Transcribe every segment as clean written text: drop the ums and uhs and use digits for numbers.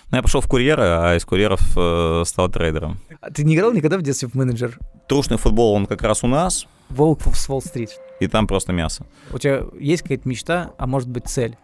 Ну, я пошел в курьеры, а из курьеров стал трейдером. А ты не играл никогда в детстве в менеджер? Трушный футбол, он как раз у нас. Волк с Уолл-стрит. И там просто мясо. У тебя есть какая-то мечта, а может быть цель?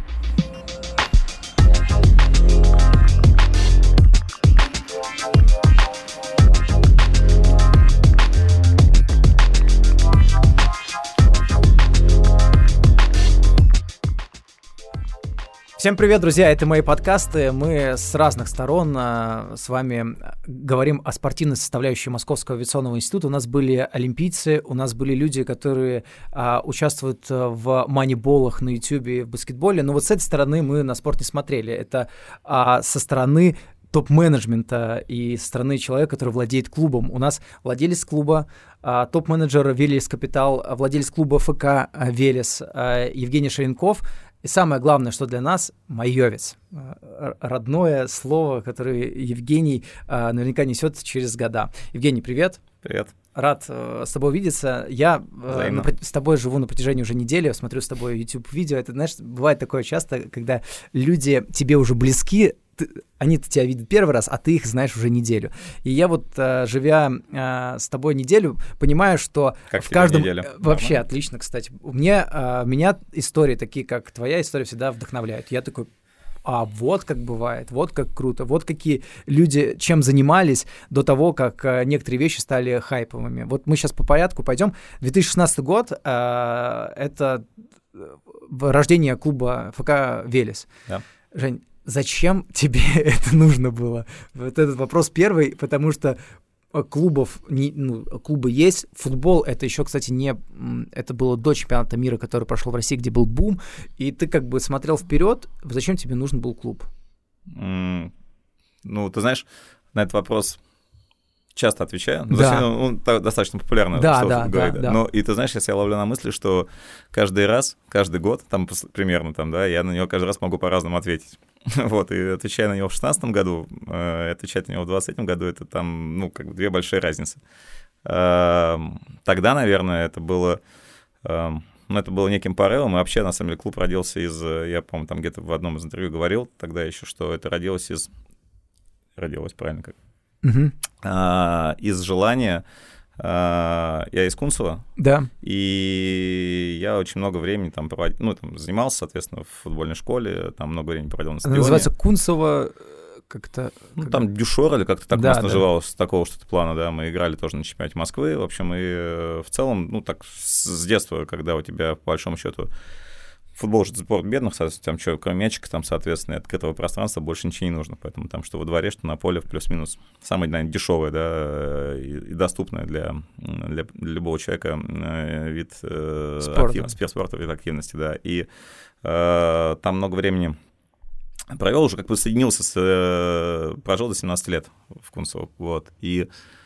Всем привет, друзья, это мои подкасты. Мы с разных сторон с вами говорим о спортивной составляющей Московского авиационного института. У нас были олимпийцы, у нас были люди, которые участвуют в маниболах на ютубе, в баскетболе. Но вот с этой стороны мы на спорт не смотрели. Это со стороны топ-менеджмента и со стороны человека, который владеет клубом. У нас владелец клуба, топ-менеджер Велес Капитал, владелец клуба ФК Велес Евгений Шаренков. И самое главное, что для нас — майовец. Родное слово, которое Евгений наверняка несет через года. Евгений, привет. Привет. Рад с тобой увидеться. Я с тобой живу на протяжении уже недели, смотрю с тобой YouTube-видео. Это, знаешь, бывает такое часто, когда люди тебе уже близки, они-то тебя видят первый раз, а ты их знаешь уже неделю. И я вот, живя с тобой неделю, понимаю, что как в каждом... неделя? Вообще отлично, кстати. Меня истории такие, как твоя история, всегда вдохновляют. Я такой... А вот как бывает, вот как круто, вот какие люди чем занимались до того, как некоторые вещи стали хайповыми. Вот мы сейчас по порядку пойдем. 2016 год это рождение клуба ФК Велес. Да. Жень, зачем тебе это нужно было? Вот этот вопрос первый, потому что клубы есть. Футбол — это еще, кстати, это было до чемпионата мира, который прошел в России, где был бум, и ты как бы смотрел вперед. Зачем тебе нужен был клуб? Ну, ты знаешь, на этот вопрос часто отвечаю. Да. Он достаточно популярно говорит. Да. Но и ты знаешь, я себя ловлю на мысли, что каждый год, там примерно, я на него каждый раз могу по-разному ответить. Вот, и отвечая на него в 2016 году, отвечать на него в 2023 году, это там, две большие разницы. Тогда, наверное, это было неким порывом, и вообще, на самом деле, клуб родился я, по-моему, там где-то в одном из интервью говорил тогда еще, что это родилось правильно как? Из желания. Я из Кунцево, да. И я очень много времени там занимался, соответственно, в футбольной школе, там много времени проводил на стадионе. Она называется Кунцево как-то... там Дюшор или как-то так у нас да. называлось, такого что-то плана, да, мы играли тоже на чемпионате Москвы, в общем, и в целом, с детства, когда у тебя, по большому счету, футбол же спорт бедных, соответственно, там кроме мячика, там, соответственно, от этого пространства больше ничего не нужно. Поэтому там что во дворе, что на поле, плюс-минус. Самое, наверное, дешевое, да, и доступное для любого человека вид спорта, вид активности, да. И там много времени провел, уже как бы прожил до 17 лет в Кунцево, вот. И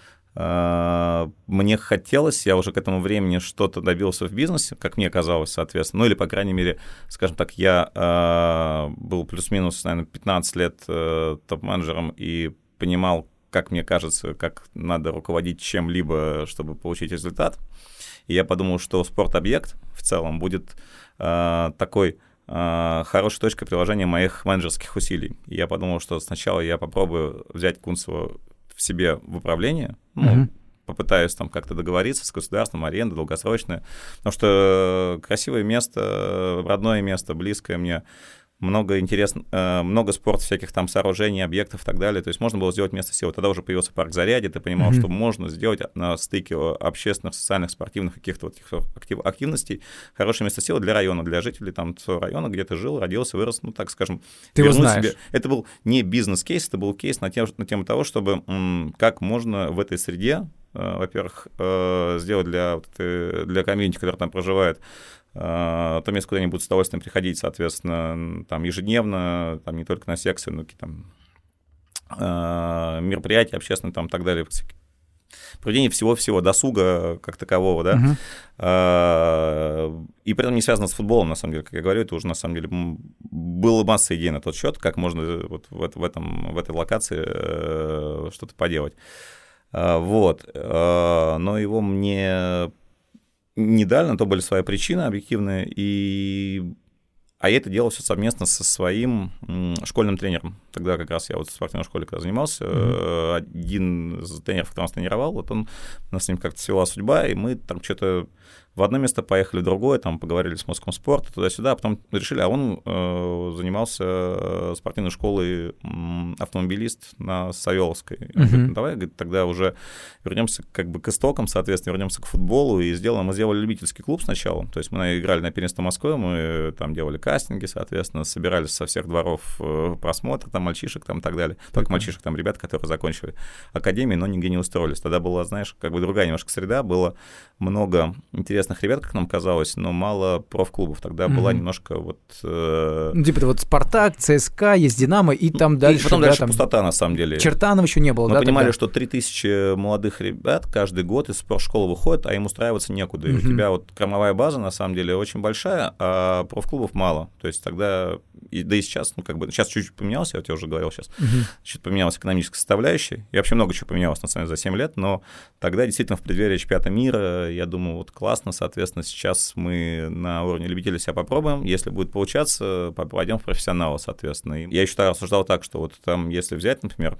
мне хотелось, я уже к этому времени что-то добился в бизнесе, как мне казалось, соответственно, или, по крайней мере, скажем так, я был плюс-минус, наверное, 15 лет топ-менеджером и понимал, как мне кажется, как надо руководить чем-либо, чтобы получить результат. И я подумал, что спорт-объект в целом будет такой хорошей точкой приложения моих менеджерских усилий. И я подумал, что сначала я попробую взять Кунцево в себе в управление, попытаюсь там как-то договориться с государством, аренда долгосрочная, потому что красивое место, родное место, близкое мне, много спорта, всяких там сооружений, объектов и так далее, то есть можно было сделать место силы. Тогда уже появился парк Зарядье, ты понимал, что можно сделать на стыке общественных, социальных, спортивных каких-то активностей хорошее место силы для района, для жителей там района, где ты жил, родился, вырос, так скажем. Ты его знаешь. Себе. Это был не бизнес-кейс, это был кейс на тему того, чтобы как можно в этой среде, во-первых, сделать для комьюнити, который там проживает, то место, куда они будут с удовольствием приходить, соответственно, там ежедневно, там не только на секции, но и там мероприятия общественные, там и так далее, проведение всего-всего, досуга как такового, да, и при этом не связано с футболом, на самом деле, как я говорю, это уже, на самом деле, было масса идей на тот счет, как можно вот в этой локации что-то поделать. Вот, но его мне не дали, на то были свои причины объективные, и А я это делал все совместно со своим школьным тренером. Тогда как раз я вот в спортивной школе когда занимался, один из тренеров, который нас тренировал, вот он, нас с ним как-то свела судьба, и мы там что-то в одно место поехали, в другое, там поговорили с Москомспорт, туда-сюда, а потом решили, а он занимался спортивной школой автомобилист на Савеловской. Он говорит, давай, говорит, тогда уже вернемся как бы к истокам, соответственно, вернемся к футболу и мы сделали любительский клуб сначала, то есть мы играли на первенство Москвы, мы там делали кастинги, соответственно, собирались со всех дворов просмотр, там мальчишек там и так далее, только мальчишек, там ребят, которые закончили академию, но нигде не устроились. Тогда была, знаешь, как бы другая немножко среда, было много интересных ребят, как нам казалось, но мало профклубов. Тогда была немножко вот... Типа вот «Спартак», ЦСКА, есть «Динамо», и там дальше... И потом дальше там пустота, на самом деле. Чертанова еще не было, Мы понимали, что 3000 молодых ребят каждый год из спортшколы выходят, а им устраиваться некуда. И у тебя вот кормовая база, на самом деле, очень большая, а профклубов мало. То есть тогда... Да и сейчас, ну как бы... Сейчас чуть-чуть поменялось, я тебе уже говорил сейчас. Чуть поменялась экономическая составляющая. И вообще много чего поменялось, на самом деле, за 7 лет. Но тогда действительно в преддверии чемпионата мира, я думаю, вот классно, соответственно, сейчас мы на уровне любителей себя попробуем. Если будет получаться, пойдем в профессионала, соответственно. И я еще тогда рассуждал так, что вот там, если взять, например,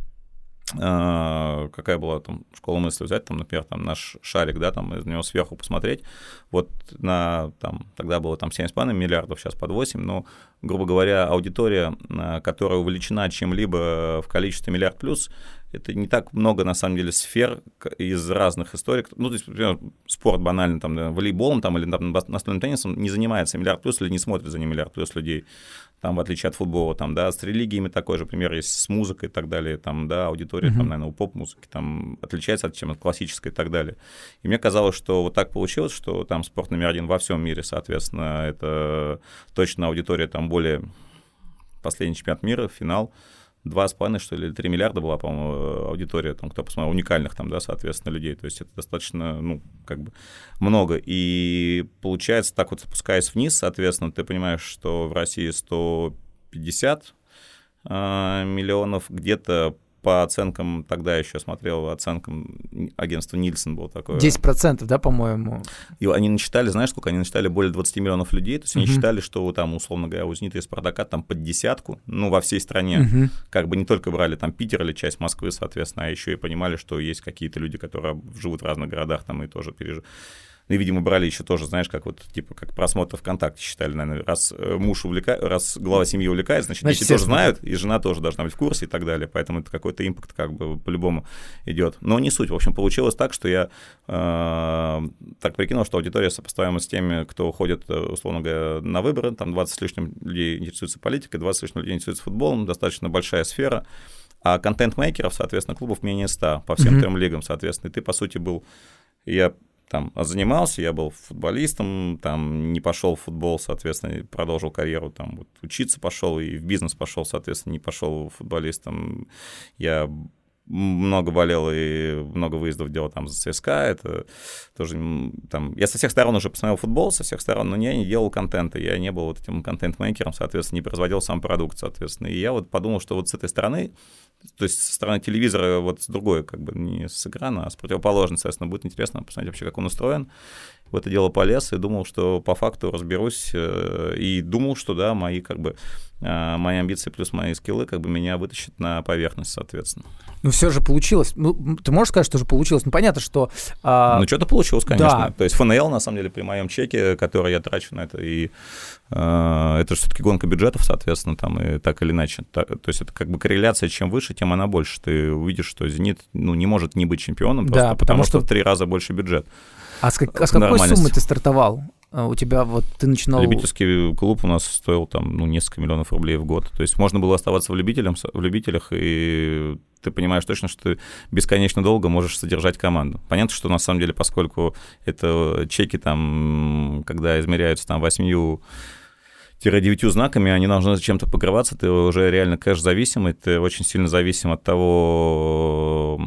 какая была там школа мысли взять, там, например, там наш шарик, да, там из него сверху посмотреть, вот на, там, тогда было там 7,5 миллиардов, сейчас под 8, но, грубо говоря, аудитория, которая увеличена чем-либо в количестве миллиард плюс, это не так много, на самом деле, сфер из разных историй. Ну, то есть, например, спорт банально, там, да, волейболом там, или там, настольным теннисом не занимается миллиард плюс или не смотрит за ним миллиард плюс людей, там, в отличие от футбола, там, да, с религиями такой же пример есть, с музыкой и так далее, там, да, аудитория, там, наверное, у поп-музыки там отличается от чем от классической и так далее. И мне казалось, что вот так получилось, что там спорт номер один во всем мире, соответственно, это точно аудитория там более последний чемпионат мира, финал, 2,5, что ли, или 3 миллиарда была, по-моему, аудитория, там, кто посмотрел, уникальных там, да, соответственно, людей. То есть это достаточно, ну, как бы много. И получается, так вот спускаясь вниз, соответственно, ты понимаешь, что в России 150 миллионов, где-то по оценкам, тогда еще смотрел, оценкам агентства Нильсон был такое. 10%, да, по-моему? И они насчитали, знаешь, сколько? Они насчитали более 20 миллионов людей, то есть они считали, что там, условно говоря, у «Зенита» и «Спартака» там под десятку, ну, во всей стране, как бы не только брали там Питер или часть Москвы, соответственно, а еще и понимали, что есть какие-то люди, которые живут в разных городах там и тоже переживают. И, видимо, брали еще тоже, знаешь, как вот, типа, как просмотр ВКонтакте считали, наверное, раз муж увлекается, раз глава семьи увлекается, значит, дети тоже знают, и жена тоже должна быть в курсе и так далее, поэтому это какой-то импакт как бы по-любому идет. Но не суть. В общем, получилось так, что я так прикинул, что аудитория сопоставима с теми, кто ходит, условно говоря, на выборы, там 20 с лишним людей интересуется политикой, 20 с лишним людей интересуется футболом, достаточно большая сфера, а контент-мейкеров, соответственно, клубов менее 100 по всем трем лигам, соответственно, и ты, по сути, был... Я там занимался, я был футболистом, там не пошел в футбол, соответственно, продолжил карьеру, там вот учиться пошел и в бизнес пошел, соответственно, не пошел футболистом. Я много болел и много выездов делал там за ЦСКА, это тоже там... Я со всех сторон уже посмотрел футбол, со всех сторон, но я не делал контента, я не был вот этим контент-мейкером, соответственно, не производил сам продукт, соответственно. И я вот подумал, что вот с этой стороны, то есть со стороны телевизора, вот с другой, как бы не с экрана, а с противоположной, соответственно, будет интересно посмотреть вообще, как он устроен. В это дело полез и думал, что по факту разберусь, и думал, что да, мои как бы мои амбиции плюс мои скиллы как бы меня вытащат на поверхность, соответственно. Ну все же получилось. Ну, ты можешь сказать, что же получилось? Ну понятно, что... Ну что-то получилось, конечно. Да. То есть ФНЛ, на самом деле, при моем чеке, который я трачу на это, и это же все-таки гонка бюджетов, соответственно, там и так или иначе. То есть это как бы корреляция, чем выше, тем она больше. Ты увидишь, что «Зенит» ну, не может не быть чемпионом, просто да, потому что в 3 раза больше бюджет. А с какой суммы ты стартовал? У тебя вот ты начинал... Любительский клуб у нас стоил там, ну, несколько миллионов рублей в год. То есть можно было оставаться в любителях, и ты понимаешь точно, что ты бесконечно долго можешь содержать команду. Понятно, что на самом деле, поскольку это чеки там, когда измеряются там 8-9 знаками, они должны чем-то покрываться, ты уже реально кэш-зависимый, ты очень сильно зависим от того,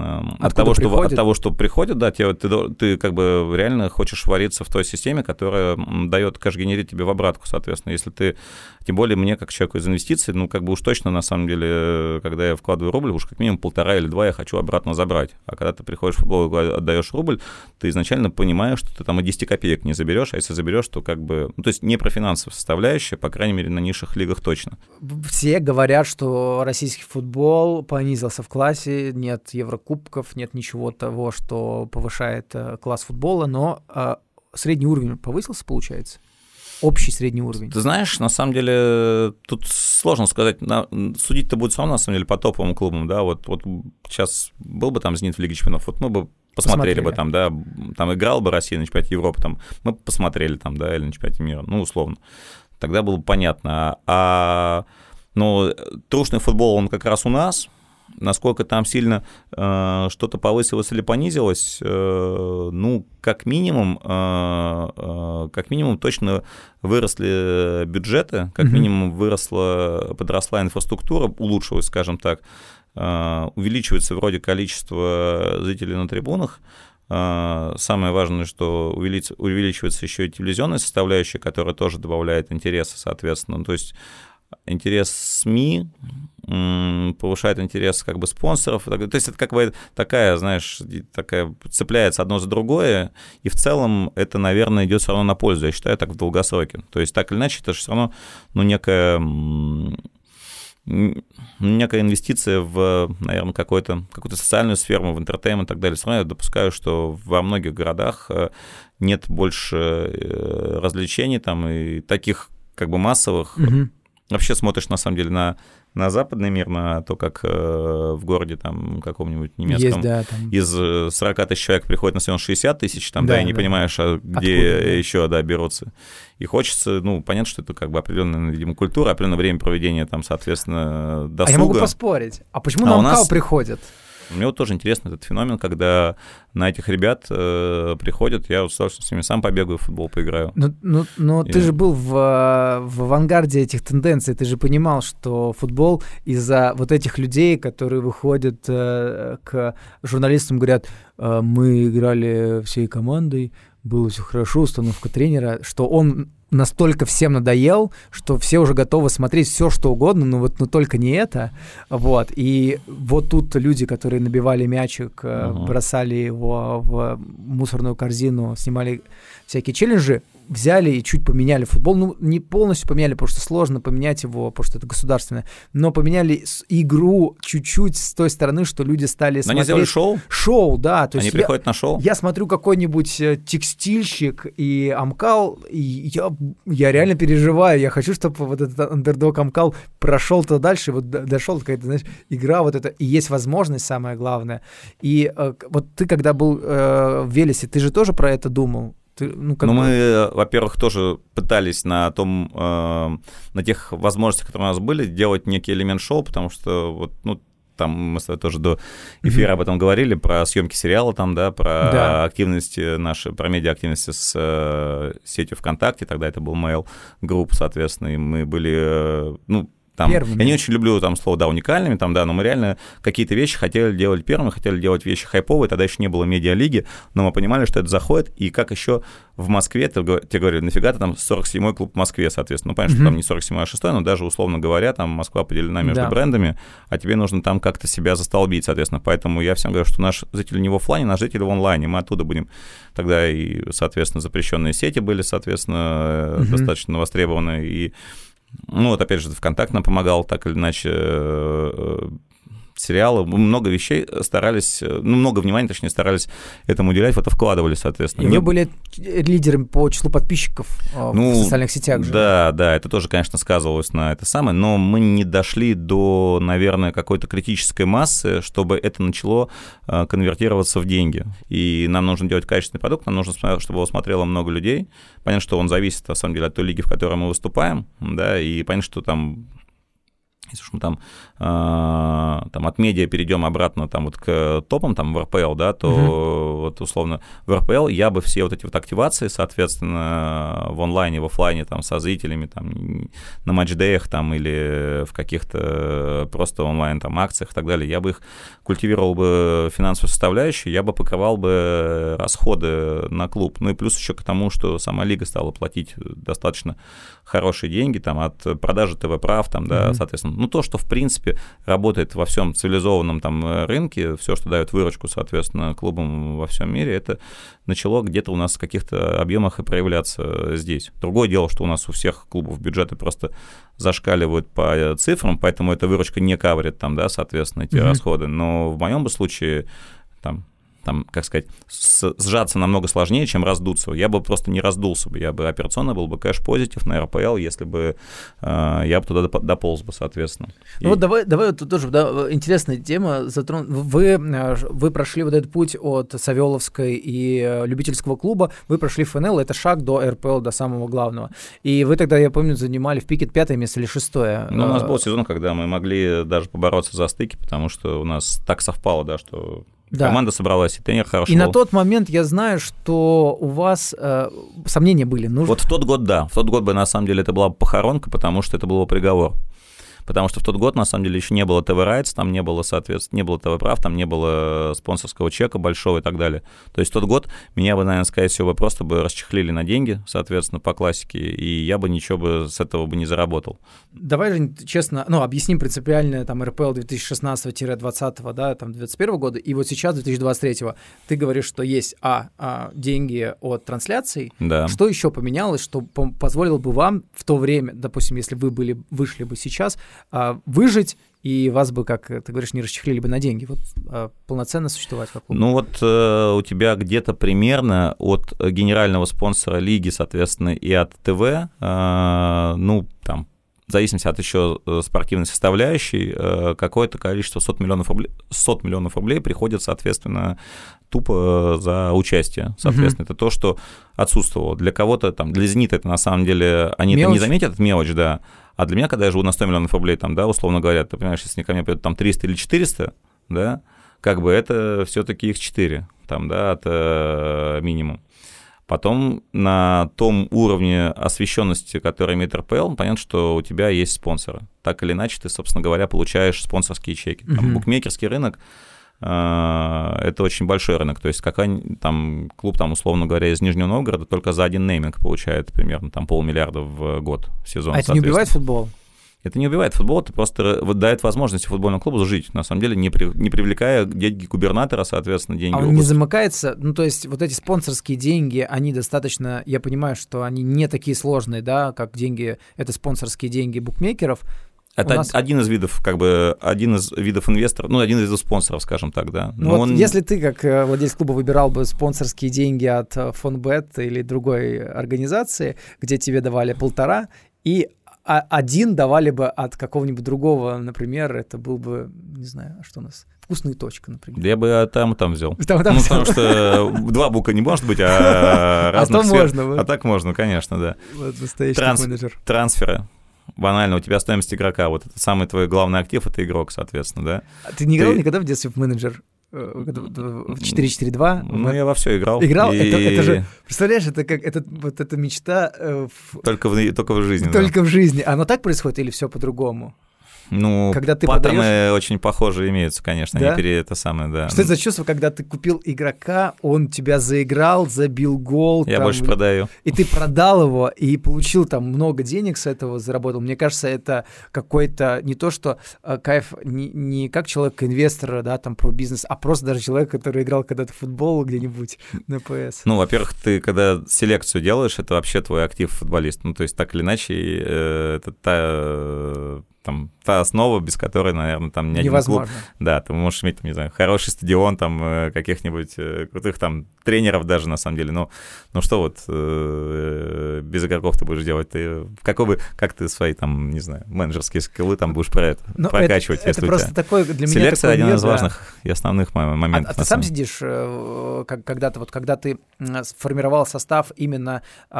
что приходит, да, ты как бы реально хочешь вариться в той системе, которая дает кэш-генерит тебе в обратку, соответственно, если ты, тем более мне, как человеку из инвестиций, ну, как бы уж точно, на самом деле, когда я вкладываю рубль, уж как минимум 1,5 или 2 я хочу обратно забрать, а когда ты приходишь в футбол и отдаешь рубль, ты изначально понимаешь, что ты там и 10 копеек не заберешь, а если заберешь, то как бы, ну, то есть не про финансовую составляющую, составляющая, по крайней мере, на низших лигах точно. Все говорят, что российский футбол понизился в классе, нет еврокубков, нет ничего того, что повышает класс футбола, но средний уровень повысился, получается? Общий средний уровень. Ты знаешь, на самом деле, тут сложно сказать. Судить-то будет все равно, на самом деле, по топовым клубам, да, вот сейчас был бы там «Зенит» в Лиге чемпионов, вот мы бы посмотрели бы там, да, там играл бы Россия на чемпионате Европы, там, мы бы посмотрели там, да, или на чемпионате мира, ну, условно. Тогда было бы понятно. Но трушный футбол, он как раз у нас. Насколько там сильно что-то повысилось или понизилось, ну, как минимум точно выросли бюджеты, как минимум подросла инфраструктура, улучшилась, скажем так, увеличивается вроде количество зрителей на трибунах. Самое важное, что увеличивается еще и телевизионная составляющая, которая тоже добавляет интереса, соответственно. То есть интерес СМИ повышает интерес как бы спонсоров. То есть это как бы такая, знаешь, цепляется одно за другое, и в целом это, наверное, идет все равно на пользу, я считаю, так в долгосроке. То есть так или иначе это же все равно некая инвестиция в, наверное, какую-то социальную сферу, в интертеймент и так далее. Все равно я допускаю, что во многих городах нет больше развлечений там и таких как бы массовых. Вообще смотришь, на самом деле, на западный мир, на то, как в городе там каком-нибудь немецком есть, да, там... из 40 тысяч человек приходит на стадион 60 тысяч, там, да, и не понимаешь, где еще, да, берутся. И хочется, ну, понятно, что это как бы определенная, видимо, культура, определенное время проведения там, соответственно, досуга. А я могу поспорить. А почему на МКАУ приходят? Мне вот тоже интересно этот феномен, когда на этих ребят приходят, я с ними сам побегаю, в футбол поиграю. Но ты же был в авангарде этих тенденций, ты же понимал, что футбол из-за вот этих людей, которые выходят к журналистам, говорят, мы играли всей командой, было все хорошо, установка тренера, что он настолько всем надоел, что все уже готовы смотреть все, что угодно, но только не это. Вот. И вот тут люди, которые набивали мячик, бросали его в мусорную корзину, снимали всякие челленджи, взяли и чуть поменяли футбол. Ну, не полностью поменяли, потому что сложно поменять его, потому что это государственное, но поменяли игру чуть-чуть с той стороны, что люди стали смотреть. Но они сделали шоу? Шоу, да. То они есть приходят на шоу? Я смотрю какой-нибудь текстильщик и Амкал, и я реально переживаю. Я хочу, чтобы вот этот андердог Амкал прошел-то дальше, вот дошел какая-то, знаешь, игра вот эта, и есть возможность, самое главное. И вот ты, когда был в Велесе, ты же тоже про это думал? Мы, во-первых, тоже пытались на тех возможностях, которые у нас были, делать некий элемент шоу, потому что вот, там мы с тобой тоже до эфира об этом говорили, про съемки сериала там, да, про активности наши, про медиа-активности с сетью ВКонтакте, тогда это был Mail Group, соответственно, и мы были, там, я не очень люблю там слово, да, уникальными, там, да, но мы реально какие-то вещи хотели делать первыми, хотели делать вещи хайповые, тогда еще не было медиалиги, но мы понимали, что это заходит, и как еще в Москве, тебе говорили, нафига ты там 47-й клуб в Москве, соответственно, понятно, что там не 47-й, а 6-й, но даже, условно говоря, там Москва поделена между брендами, а тебе нужно там как-то себя застолбить, соответственно, поэтому я всем говорю, что наш зритель не в офлайне, наш зритель в онлайне, мы оттуда будем, тогда и, соответственно, запрещенные сети были, соответственно, достаточно востребованы, и вот опять же, ВКонтакт нам помогал, так или иначе, сериалы, много вещей старались, много внимания, точнее, старались этому уделять, в это вкладывали, соответственно. И вы были лидерами по числу подписчиков в социальных сетях же. Да, это тоже, конечно, сказывалось на это самое, но мы не дошли до, наверное, какой-то критической массы, чтобы это начало конвертироваться в деньги. И нам нужно делать качественный продукт, нам нужно, чтобы его смотрело много людей. Понятно, что он зависит, на самом деле, от той лиги, в которой мы выступаем, да, и понятно, что там... Если уж мы там от медиа перейдем обратно там вот к топам, там в РПЛ, да, то вот условно в РПЛ я бы все вот эти вот активации, соответственно, в онлайне, в офлайне там со зрителями там на матчдеях там или в каких-то просто онлайн там акциях и так далее, я бы их культивировал бы финансовую составляющую, я бы покрывал бы расходы на клуб. Ну и плюс еще к тому, что сама лига стала платить достаточно хорошие деньги там от продажи ТВ-прав, там, да, соответственно, ну, то, что, в принципе, работает во всем цивилизованном там рынке, все, что дает выручку, соответственно, клубам во всем мире, это начало где-то у нас в каких-то объемах и проявляться здесь. Другое дело, что у нас у всех клубов бюджеты просто зашкаливают по цифрам, поэтому эта выручка не каверит там, да, соответственно, эти расходы. Но в моем бы случае там, как сказать, сжаться намного сложнее, чем раздуться. Я бы просто не раздулся бы, я бы операционно был бы кэш-позитив на РПЛ, если бы я бы туда дополз бы, соответственно. Ну вот давай вот тут тоже, да, интересная тема. Вы прошли вот этот путь от Савеловской и любительского клуба, вы прошли ФНЛ, это шаг до РПЛ, до самого главного. И вы тогда, я помню, занимали в пике 5-е место или 6-е. Ну, у нас был сезон, когда мы могли даже побороться за стыки, потому что у нас так совпало, да, что... Да. Команда собралась, и тренер хорошо. И на тот момент я знаю, что у вас сомнения были. Вот в тот год, да. В тот год бы, на самом деле, это была похоронка, потому что это был бы приговор. Потому что в тот год, на самом деле, еще не было ТВ-райтс, там не было, соответственно, не было ТВ-прав, там не было спонсорского чека большого и так далее. То есть в тот год меня бы, наверное, скорее всего, просто бы расчехлили на деньги, соответственно, по классике, и я бы ничего бы с этого бы не заработал. Давай же честно, объясним принципиально там РПЛ 2016-20, да, там 2021 года, и вот сейчас 2023. Ты говоришь, что есть деньги от трансляций. Да. Что еще поменялось, что позволило бы вам в то время, допустим, если вы вышли бы сейчас, выжить, и вас бы, как ты говоришь, не расчехлили бы на деньги, вот полноценно существовать как клуб? Ну вот у тебя где-то примерно от генерального спонсора лиги, соответственно, и от ТВ, ну, там, в зависимости от еще спортивной составляющей, какое-то количество 100 миллионов рублей приходит, соответственно, тупо за участие. Соответственно, это то, что отсутствовало. Для кого-то, там, для «Зенита» это на самом деле, они это не заметят, это мелочь, да. А для меня, когда я живу на 100 миллионов рублей, там, да, условно говоря, ты понимаешь, если ко мне придет там 300 или 400, да, как бы это все-таки их 4, там, да, это минимум. Потом на том уровне освещенности, который имеет РПЛ, понятно, что у тебя есть спонсоры. Так или иначе, ты, собственно говоря, получаешь спонсорские чеки. Там, букмекерский рынок это очень большой рынок. То есть какой там клуб, там, условно говоря, из Нижнего Новгорода только за один нейминг получает примерно там 500 000 в год, в сезон. А это не убивает футбол? Это не убивает футбол, это просто дает возможность футбольному клубу жить, на самом деле, не привлекая деньги губернатора, соответственно, деньги области. Он не замыкается? Ну, то есть вот эти спонсорские деньги, они достаточно, я понимаю, что они не такие сложные, да, как деньги, это спонсорские деньги букмекеров. Это один из видов, один из видов инвесторов, один из видов спонсоров, скажем так, да. Но вот если ты, как владелец клуба, выбирал бы спонсорские деньги от Фонбет или другой организации, где тебе давали 1,5, и один давали бы от какого-нибудь другого, например, это был бы, не знаю, что у нас, «Вкусная точка», например. Да я бы там взял. Потому что 2 бука не может быть, а разных сфер. Можно. А так можно, конечно, да. Вот настоящий менеджер. Трансферы. Банально, у тебя стоимость игрока, вот это самый твой главный актив, это игрок, соответственно, да. А ты не играл никогда в детстве в менеджер? В 4-4-2? Ну, я во все играл. Играл? Это же, представляешь, это как эта мечта... Только в жизни. Только в жизни. Оно так происходит или все по-другому? Ну, когда ты паттерны продаешь... очень похожие имеются, конечно, да? Это самое, да. Что это за чувство, когда ты купил игрока, он тебя заиграл, забил гол. Я больше продаю. И ты продал его, и получил там много денег с этого, заработал. Мне кажется, это какой-то не то, что кайф, не как человек-инвестор, да, там, про бизнес, а просто даже человек, который играл когда-то в футбол где-нибудь на ПС. Ну, во-первых, ты когда селекцию делаешь, это вообще твой актив футболист. Ну, то есть так или иначе, это та основа, без которой, наверное, там ни один клуб... Да, ты можешь иметь, там, не знаю, хороший стадион, там, каких-нибудь крутых там тренеров даже, на самом деле. Ну что вот без игроков ты будешь делать? Как ты свои, там, не знаю, менеджерские скиллы там будешь прокачивать, если это просто такой для меня... Селекция — один из важных и основных моментов. А ты сам сидишь, когда ты сформировал состав именно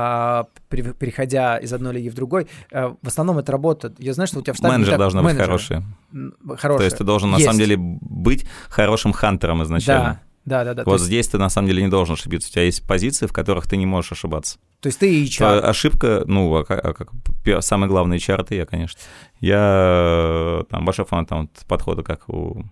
переходя из одной лиги в другой, в основном это работа. Я знаю, что у тебя в штабе... Менеджер должен быть хороший. То есть ты должен, на самом деле, быть хорошим хантером изначально. Да. Вот здесь ты, на самом деле, не должен ошибиться. У тебя есть позиции, в которых ты не можешь ошибаться. То есть ты HR. Ошибка, самый главный HR — это я, конечно. Я большой фанат подхода, как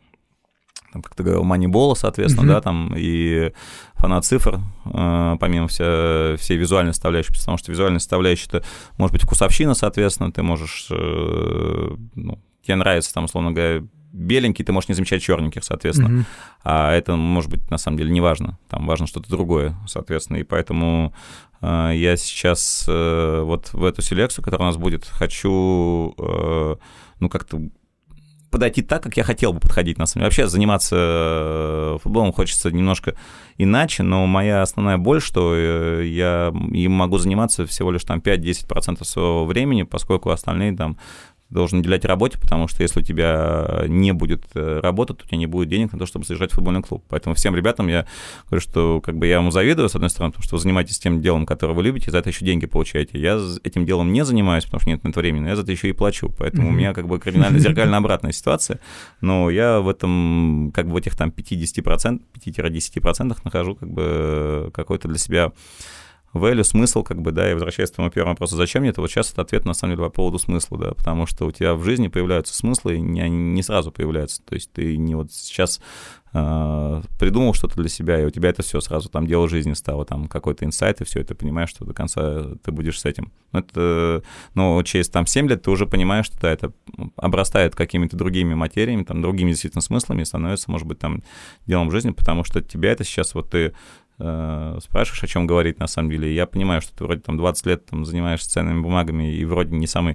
ты говорил, манибола, соответственно, да, там, и фанат цифр, помимо всей визуальной составляющей, потому что визуальная составляющая — это может быть вкусовщина, соответственно, ты можешь тебе нравится, там, условно говоря, беленький, ты можешь не замечать черненьких, соответственно. А это, может быть, на самом деле не важно. Там важно что-то другое, соответственно. И поэтому я сейчас вот в эту селекцию, которая у нас будет, хочу, как-то подойти так, как я хотел бы подходить, на самом деле. Вообще заниматься футболом хочется немножко иначе, но моя основная боль, что я им могу заниматься всего лишь там 5-10% своего времени, поскольку остальные там должен уделять работе, потому что если у тебя не будет работы, то у тебя не будет денег на то, чтобы содержать футбольный клуб. Поэтому всем ребятам я говорю, что как бы я вам завидую, с одной стороны, потому что вы занимаетесь тем делом, которое вы любите, за это еще деньги получаете. Я этим делом не занимаюсь, потому что нет на это времени, но я за это еще и плачу. Поэтому у меня как бы кардинально зеркально обратная ситуация. Но я в этом, как бы в этих там 5-10% нахожу как бы какой-то для себя value, смысл, как бы, да, и возвращаясь к твоему первому вопросу, зачем мне это, вот сейчас это ответ, на самом деле, по поводу смысла, да, потому что у тебя в жизни появляются смыслы, и не сразу появляются, то есть ты не вот сейчас придумал что-то для себя, и у тебя это все сразу, там, дело жизни стало, там, какой-то инсайт, и все, и ты понимаешь, что до конца ты будешь с этим. Но через, там, 7 лет ты уже понимаешь, что, да, это обрастает какими-то другими материями, там, другими действительно смыслами, и становится, может быть, там, делом жизни, потому что тебя это сейчас, вот ты спрашиваешь, о чем говорить на самом деле. Я понимаю, что ты вроде там 20 лет там, занимаешься ценными бумагами и вроде не самый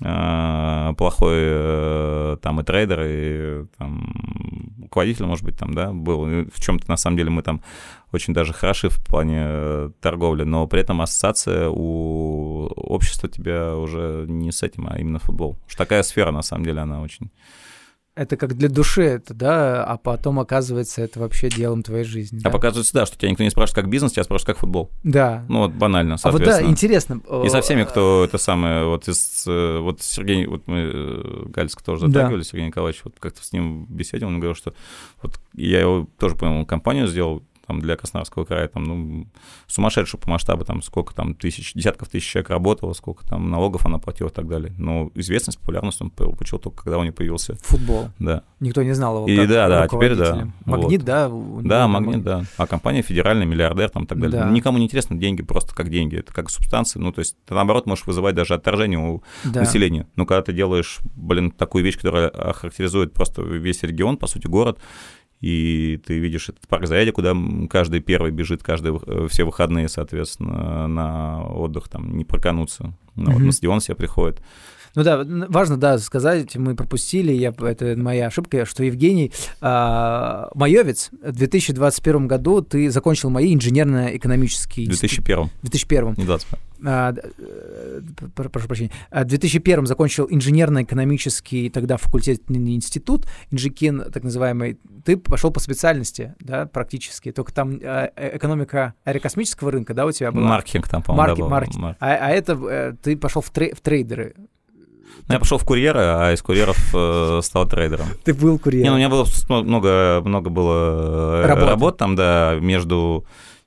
плохой там и трейдер, и там руководитель, может быть, там, да, был. И в чем-то, на самом деле, мы там очень даже хороши в плане торговли, но при этом ассоциация у общества тебя уже не с этим, а именно футбол. Потому что такая сфера, на самом деле, она очень... Это как для души, это, да, а потом оказывается это вообще делом твоей жизни. А показывается, да, что тебя никто не спрашивает как бизнес, тебя спрашивают как футбол. Да. Ну вот банально, соответственно. А вот да, интересно. И со всеми, кто это самое, вот Сергей, вот мы Гальцка тоже затрагивали, Сергей Николаевич, вот как-то с ним беседовал, он говорил, что вот я его тоже понял, компанию сделал, там, для Краснодарского края, там, ну, сумасшедшую по масштабу, там, сколько там десятков тысяч человек работало, сколько там налогов она платила и так далее. Но известность, популярность он получил только когда у него появился футбол. Да. Никто не знал его и как да, теперь да. Магнит, вот. Да? Да, Магнит, да. А компания федеральный, миллиардер там и так далее. Да. Никому не интересно деньги просто как деньги, это как субстанция, ну, то есть ты, наоборот, можешь вызывать даже отторжение у населения. Но когда ты делаешь, такую вещь, которая охарактеризует просто весь регион, по сути, город, и ты видишь этот парк Зарядье, куда каждый первый бежит, все выходные, соответственно, на отдых, там, не прокануться. Вот, на стадион все приходят. Ну да, важно, да, сказать, мы пропустили, это моя ошибка, что Евгений Маевец в 2021 году ты закончил МАИ инженерно-экономический... В 2001. 2001. Не 21. Прошу прощения. В 2001 закончил инженерно-экономический тогда факультетный институт, Инжикин, так называемый. Ты пошел по специальности, да, практически. Только там экономика аэрокосмического рынка, да, у тебя была? Маркетинг там, по-моему, Маркетинг. А это ты пошел в трейдеры. Я пошел в курьеры, а из курьеров стал трейдером. Ты был курьером. У меня было много было работ там, да, между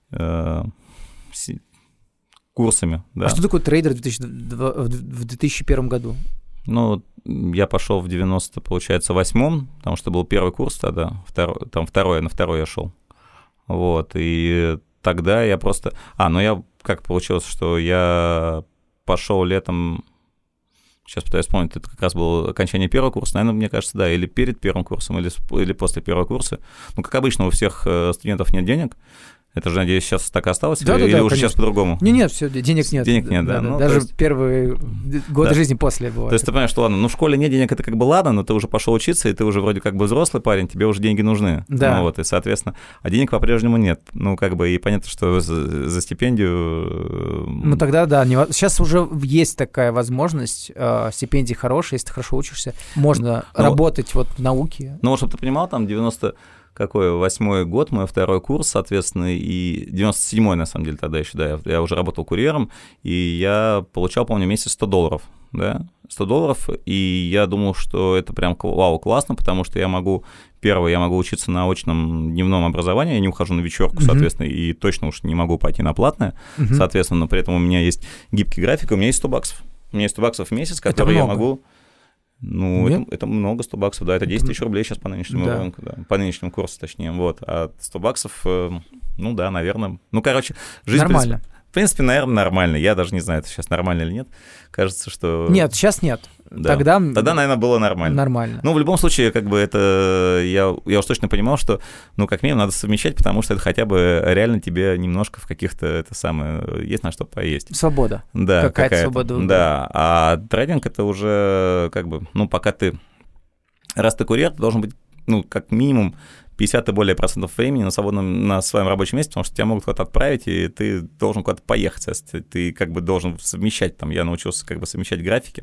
курсами. Да. А что такое трейдер в 2001 году? Ну, я пошел в 98-м, потому что был первый курс тогда, на второй я шел. Вот, и тогда я просто... как получилось, что я пошел летом... Сейчас пытаюсь вспомнить, это как раз было окончание первого курса, наверное, мне кажется, да, или перед первым курсом, или после первого курса. Ну, как обычно, у всех студентов нет денег. Это же, надеюсь, сейчас так осталось? Да, или уже конечно. Сейчас по-другому? Нет, все, денег нет. Денег нет, да. Ну, даже есть... первые годы жизни после бывает. То есть ты понимаешь, что ладно, в школе нет денег, это как бы ладно, но ты уже пошел учиться, и ты уже вроде как бы взрослый парень, тебе уже деньги нужны. Да. Ну, вот, и, соответственно, а денег по-прежнему нет. Ну, как бы, и понятно, что за стипендию... Ну, тогда, да. Сейчас уже есть такая возможность, стипендии хорошие, если ты хорошо учишься, можно работать вот в науке. Ну, чтобы ты понимал, там 8-й год, мой второй курс, соответственно, и 97-й, на самом деле, тогда еще, да, я уже работал курьером, и я получал, помню, в месяц $100, да, $100, и я думал, что это прям классно, потому что я могу учиться на очном дневном образовании, я не ухожу на вечерку, соответственно, и точно уж не могу пойти на платное, соответственно, но при этом у меня есть гибкий график, и у меня есть $100. У меня есть $100 в месяц, которые я могу... Ну, это много, $100, да, это 10 тысяч рублей сейчас по нынешнему рынку, да, по нынешнему курсу, точнее, вот, а $100, ну, да, наверное, ну, короче, жизнь... Нормально. в принципе, наверное, нормально. Я даже не знаю, это сейчас нормально или нет. Кажется, что... Нет, сейчас нет. Да. Тогда, наверное, было нормально. Нормально. Ну, в любом случае, как бы это... Я уж точно понимал, что, ну, как минимум, надо совмещать, потому что это хотя бы реально тебе немножко в каких-то, это самое, есть на что поесть. Свобода. Да, какая-то свобода. Да, а трейдинг это уже как бы, ну, пока ты... Раз ты курьер, ты должен быть, ну, как минимум 50 и более процентов времени на свободном, на своем рабочем месте, потому что тебя могут куда-то отправить, и ты должен куда-то поехать. Ты как бы должен совмещать, там, я научился как бы совмещать графики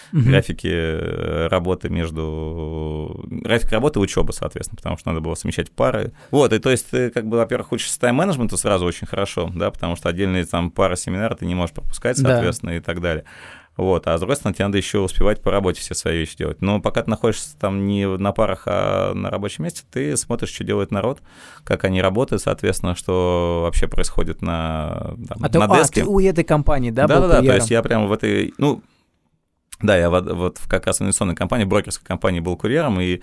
работы график работы и учебы, соответственно, потому что надо было совмещать пары. Вот, и то есть ты, как бы, во-первых, учишься тайм-менеджменту сразу очень хорошо, да, потому что отдельные там пары семинары ты не можешь пропускать, соответственно, и так далее. Вот, а с другой стороны, тебе надо еще успевать по работе все свои вещи делать. Но пока ты находишься там не на парах, а на рабочем месте, ты смотришь, что делает народ, как они работают, соответственно, что вообще происходит на деске. Ты у этой компании, да, был Да, курьером? то есть я прямо в этой, ну, да, я вот как раз в инвестиционной компании, брокерской компании был курьером, и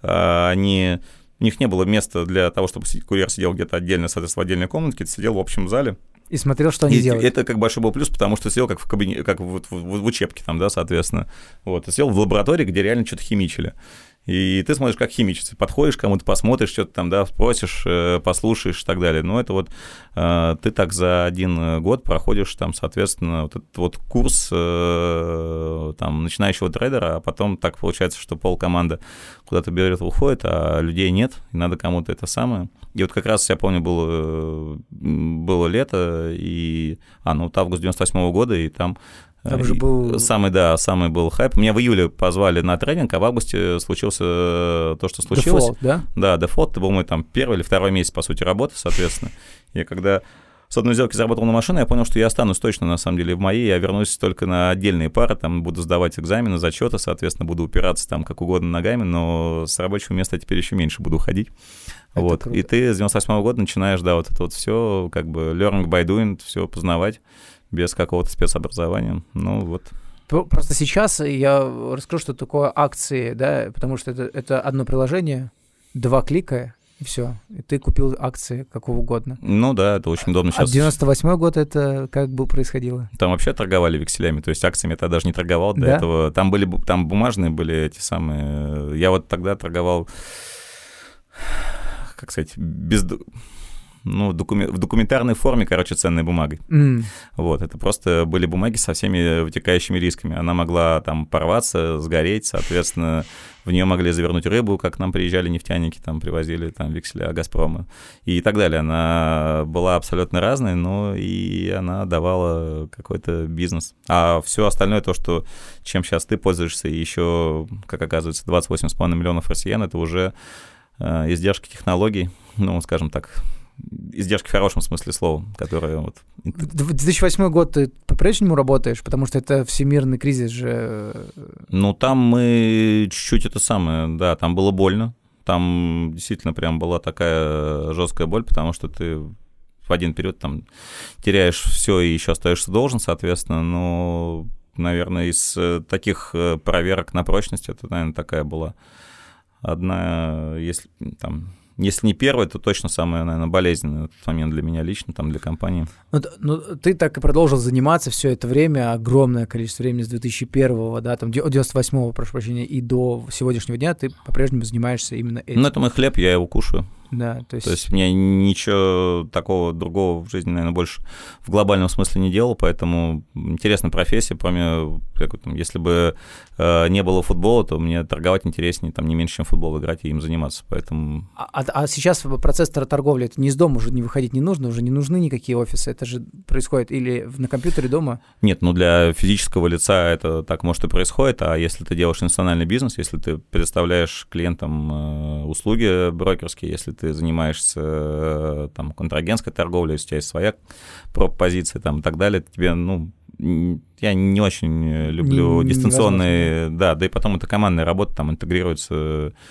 у них не было места для того, чтобы курьер сидел где-то отдельно, соответственно, в отдельной комнатке, ты сидел в общем зале. И смотрел, что они делают. Это как большой был плюс, потому что сидел как в кабинете, как вот в учебке там, да, соответственно. Вот, ты сидел в лаборатории, где реально что-то химичили. И ты смотришь, как химичится. Подходишь к кому-то, посмотришь, что-то там, да, спросишь, послушаешь и так далее. Но это вот ты так за 1 год проходишь там, соответственно, вот этот вот курс там начинающего трейдера, а потом так получается, что полкоманды куда-то берет, уходит, а людей нет, и надо кому-то это самое. И вот как раз, я помню, было лето, и... вот август 98-го года, и там же был... Самый был хайп. Меня в июле позвали на тренинг, а в августе случился то, что случилось. Дефолт, да? Да, дефолт. Это был мой там 1-й или 2-й месяц, по сути, работы, соответственно. И когда с одной сделки заработал на машину, я понял, что я останусь точно, на самом деле, в моей. Я вернусь только на отдельные пары, там буду сдавать экзамены, зачеты, соответственно, буду упираться там как угодно ногами, но с рабочего места теперь еще меньше буду ходить. Вот. И ты с 98-го года начинаешь, да, вот это вот все, как бы learning by doing, все познавать без какого-то спецобразования. Ну вот. Просто сейчас я расскажу, что такое акции, да, потому что это одно приложение, 2 клика, и все. И ты купил акции какого угодно. Ну да, это очень удобно сейчас. А 98-й год это как бы происходило? Там вообще торговали векселями, то есть акциями я тогда даже не торговал до этого. Там бумажные были эти самые... Я вот тогда торговал, как сказать, в документарной форме, ценной бумагой. Вот, это просто были бумаги со всеми вытекающими рисками. Она могла там порваться, сгореть, соответственно, в нее могли завернуть рыбу, как нам приезжали нефтяники, там привозили там векселя «Газпрома» и так далее. Она была абсолютно разной, но и она давала какой-то бизнес. А все остальное, то, что чем сейчас ты пользуешься, и еще, как оказывается, 28,5 миллионов россиян, это уже издержки технологий, скажем так, издержки в хорошем смысле слова, которые вот... 2008 год ты по-прежнему работаешь, потому что это всемирный кризис же... Там мы чуть-чуть это самое, да, там было больно, там действительно прям была такая жесткая боль, потому что ты в один период там теряешь все и еще остаешься должен, соответственно, но, наверное, из таких проверок на прочность это, наверное, такая была одна, если не первая, то точно самая, наверное, болезненная в этот момент для меня лично, для компании. Ты так и продолжил заниматься все это время, огромное количество времени с 2001-го, да, 98-го, прошу прощения, и до сегодняшнего дня ты по-прежнему занимаешься именно этим. Это мой хлеб, я его кушаю. Да, то есть мне ничего такого другого в жизни, наверное, больше в глобальном смысле не делал, поэтому интересная профессия, если бы не было футбола, то мне торговать интереснее, не меньше, чем футбол играть и им заниматься, поэтому... А сейчас процесс торговли, это не из дома уже не выходить не нужно, уже не нужны никакие офисы, это же происходит или на компьютере дома? Нет, для физического лица это так может и происходит, а если ты делаешь национальный бизнес, если ты предоставляешь клиентам услуги брокерские, если ты занимаешься контрагентской торговлей, если у тебя есть своя пропозиция и так далее, тебе, я не очень люблю дистанционные, да и потом это командная работа, интегрируется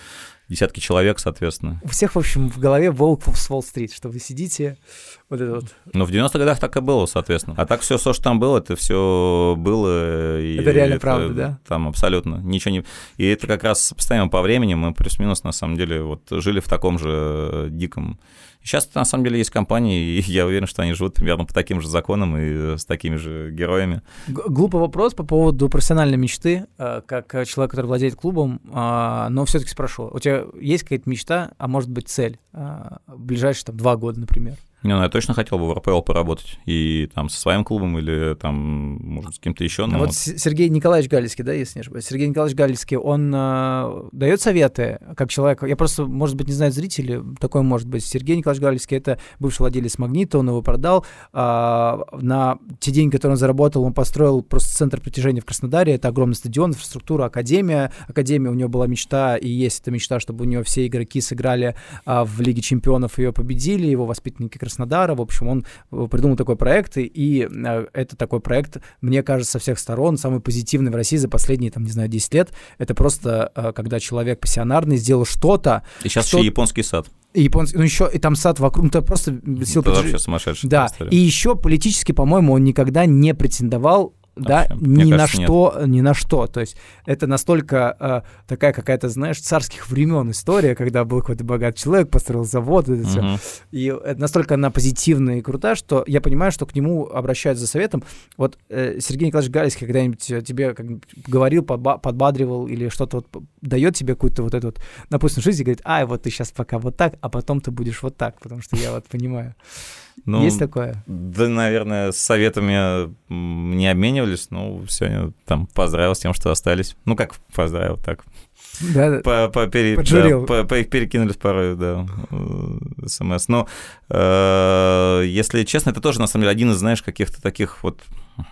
десятки человек, соответственно. У всех, в общем, в голове волк с Уолл-стрит, что вы сидите, вот это вот. Но в 90-х годах так и было, соответственно. А так все, что там было, это все было. И это реально правда, да? Там абсолютно ничего не... И это как раз сопоставимо по времени, мы плюс-минус, на самом деле, вот жили в таком же диком... Сейчас, на самом деле, есть компании, и я уверен, что они живут примерно по таким же законам и с такими же героями. Глупый вопрос по поводу профессиональной мечты, как человек, который владеет клубом, но все-таки спрошу, у тебя есть какая-то мечта, а может быть цель в ближайшие 2 года, например? Не, ну я точно хотел бы в РПЛ поработать, и там со своим клубом, или там, может, с кем-то еще. А вот Сергей Николаевич Галицкий, да, если не ошибаюсь, Сергей Николаевич Галицкий, он дает советы как человек, я просто, может быть, не знаю зрители, такой может быть. Сергей Николаевич Галицкий — это бывший владелец «Магнита», он его продал, на те деньги, которые он заработал, он построил просто центр притяжения в Краснодаре, это огромный стадион, инфраструктура, академия, у него была мечта, и есть эта мечта, чтобы у него все игроки сыграли в Лиге чемпионов, ее победили, его воспитанники Краснодара. В общем, он придумал такой проект, и это такой проект, мне кажется, со всех сторон самый позитивный в России за последние, 10 лет. Это просто, когда человек пассионарный сделал что-то. И сейчас еще японский сад. И там сад вокруг, это просто сила. Это вообще сумасшедшая история. И еще политически, по-моему, он никогда не претендовал ни на что. То есть это настолько такая какая-то, знаешь, царских времен история, когда был какой-то богатый человек, построил завод, это все. И это настолько она позитивная и крутая, что я понимаю, что к нему обращаются за советом. Вот Сергей Николаевич Галицкий когда-нибудь тебе как-нибудь говорил, подбадривал или что-то вот дает тебе какую-то вот эту вот напутственную жизнь и говорит: вот ты сейчас пока вот так, а потом ты будешь вот так, потому что я вот понимаю. Есть такое? Да, наверное, с советами не обменивались, но сегодня там поздравил с тем, что остались. Ну, как поздравил, так. Да, перекинулись порой, да, смс. Но, если честно, это тоже, на самом деле, один из, знаешь, каких-то таких вот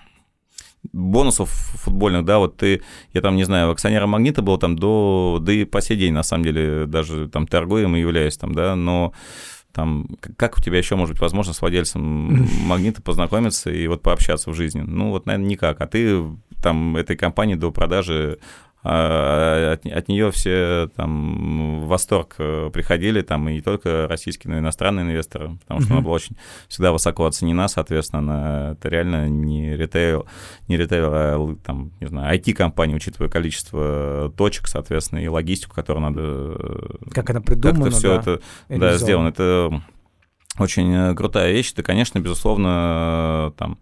бонусов футбольных, да, вот я там, не знаю, акционером «Магнита» был там да и по сей день, на самом деле, даже там торгуем и являюсь там, да, но там, как у тебя еще может быть возможность с владельцем «Магнита» познакомиться и вот пообщаться в жизни? Ну, вот, наверное, никак. А ты там этой компании до продажи, от нее все там в восторг приходили, там и не только российские, но и иностранные инвесторы, потому что она была очень всегда высоко оценена, соответственно, это реально не ритейл, а там, не знаю, IT-компания, учитывая количество точек, соответственно, и логистику, которую надо... Как она придумана, как-то все это сделано. Это очень крутая вещь. Ты, конечно, безусловно, там,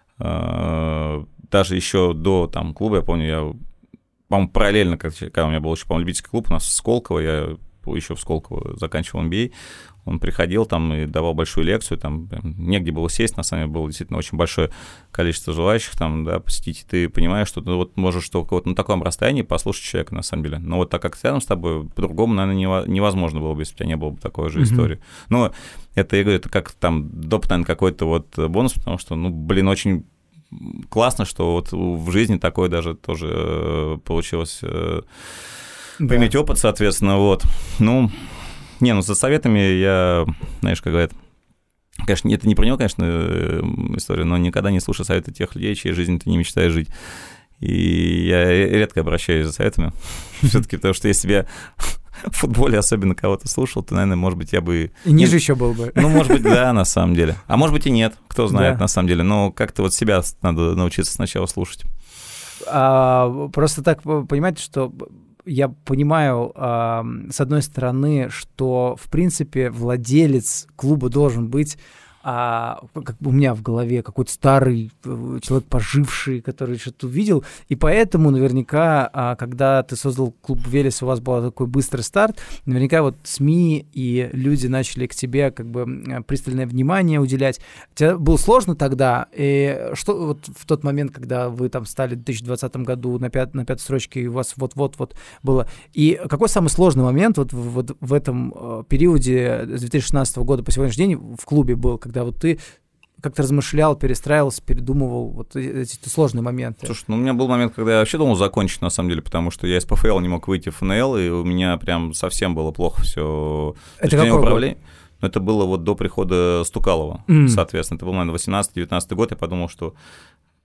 даже еще до там клуба, я помню, по-моему, параллельно, когда у меня был еще, по-моему, любительский клуб у нас в Сколково, я еще в Сколково заканчивал MBA, он приходил там и давал большую лекцию, там негде было сесть, на самом деле было действительно очень большое количество желающих там, да, посетить, и ты понимаешь, что ты вот можешь только вот на таком расстоянии послушать человека, на самом деле. Но вот так как рядом с тобой, по-другому, наверное, невозможно было бы, если у тебя не было бы такой же истории. Но это, я говорю, это как там доп, наверное, какой-то вот бонус, потому что, очень классно, что вот в жизни такое даже тоже получилось иметь опыт, соответственно, вот. За советами я, знаешь, как говорят, конечно, это не про него, конечно, история, но никогда не слушай советы тех людей, чьей жизнь ты не мечтаешь жить. И я редко обращаюсь за советами, все-таки, потому что если я в футболе особенно кого-то слушал, то, наверное, может быть, я бы... И ниже еще был бы. Может быть, да, на самом деле. А может быть и нет, кто знает, на самом деле. Но как-то вот себя надо научиться сначала слушать. Просто так, понимаете, что я понимаю, с одной стороны, что, в принципе, владелец клуба должен быть как у меня в голове какой-то старый человек, поживший, который что-то увидел, и поэтому наверняка, когда ты создал клуб «Велес», у вас был такой быстрый старт, наверняка вот СМИ и люди начали к тебе как бы пристальное внимание уделять. Тебе было сложно тогда, и что вот в тот момент, когда вы там стали в 2020 году на пятой строчке, и у вас вот-вот было, и какой самый сложный момент вот в этом периоде с 2016 года по сегодняшний день в клубе был, когда вот ты как-то размышлял, перестраивался, передумывал вот эти сложные моменты? Слушай, у меня был момент, когда я вообще думал закончить, на самом деле, потому что я из ПФЛ не мог выйти в ФНЛ, и у меня прям совсем было плохо все. Это какой год? Это было вот до прихода Стукалова, соответственно. Это был, наверное, 18-19 год, я подумал, что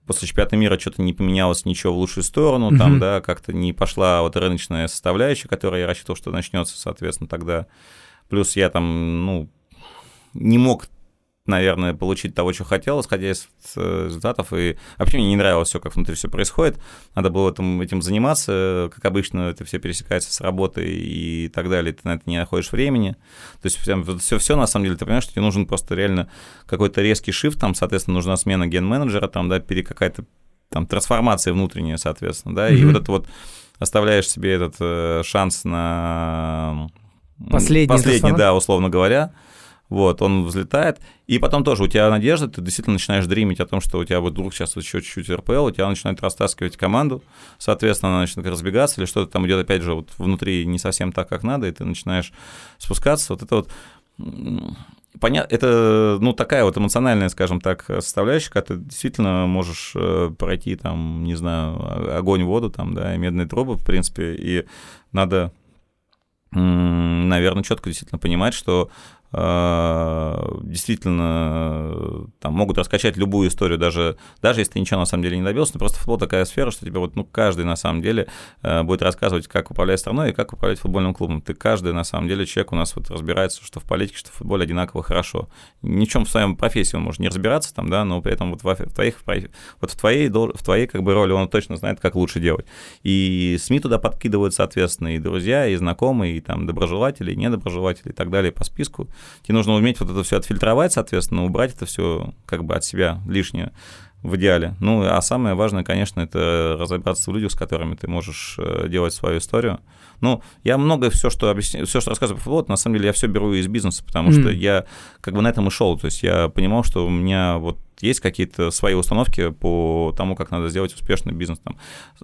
после чемпионата мира что-то не поменялось ничего в лучшую сторону, там, да, как-то не пошла вот рыночная составляющая, которая я рассчитывал, что начнется, соответственно, тогда. Плюс я там, ну, не мог, наверное, получить того, что хотел, исходя из результатов, и вообще мне не нравилось все, как внутри все происходит, надо было этим заниматься, как обычно, это все пересекается с работой и так далее, ты на это не находишь времени, то есть все на самом деле, ты понимаешь, что тебе нужен просто реально какой-то резкий шифт, там, соответственно, нужна смена ген-менеджера, там, да, какая-то там трансформация внутренняя, соответственно, да, и вот это вот оставляешь себе этот шанс на последний, да, условно говоря. Вот, он взлетает, и потом тоже у тебя надежда, ты действительно начинаешь дримить о том, что у тебя вот вдруг сейчас еще чуть-чуть РПЛ, у тебя начинает растаскивать команду, соответственно, она начинает разбегаться, или что-то там идет, опять же, вот внутри не совсем так, как надо, и ты начинаешь спускаться. Вот это вот, понятно, это, ну, такая вот эмоциональная, скажем так, составляющая, когда ты действительно можешь пройти, там, не знаю, огонь, воду, там, да, и медные трубы, в принципе, и надо, наверное, четко действительно понимать, что действительно там могут раскачать любую историю, даже если ты ничего на самом деле не добился, но просто футбол такая сфера, что тебе вот, ну, каждый на самом деле будет рассказывать, как управлять страной и как управлять футбольным клубом. Каждый на самом деле человек у нас вот разбирается, что в политике, что в футболе одинаково хорошо. Ни в чем в своем профессии он может не разбираться там, да, но при этом вот в твоей как бы роли он точно знает, как лучше делать. И СМИ туда подкидывают, соответственно, и друзья, и знакомые, и там доброжелатели, и недоброжелатели, и так далее по списку. Тебе нужно уметь вот это все отфильтровать, соответственно, убрать это все как бы от себя лишнее в идеале. Ну, а самое важное, конечно, это разобраться в людях, с которыми ты можешь делать свою историю. Ну, я много все, что рассказываю по футболу, на самом деле я все беру из бизнеса, потому что я как бы на этом и шел. То есть я понимал, что у меня вот есть какие-то свои установки по тому, как надо сделать успешный бизнес, там,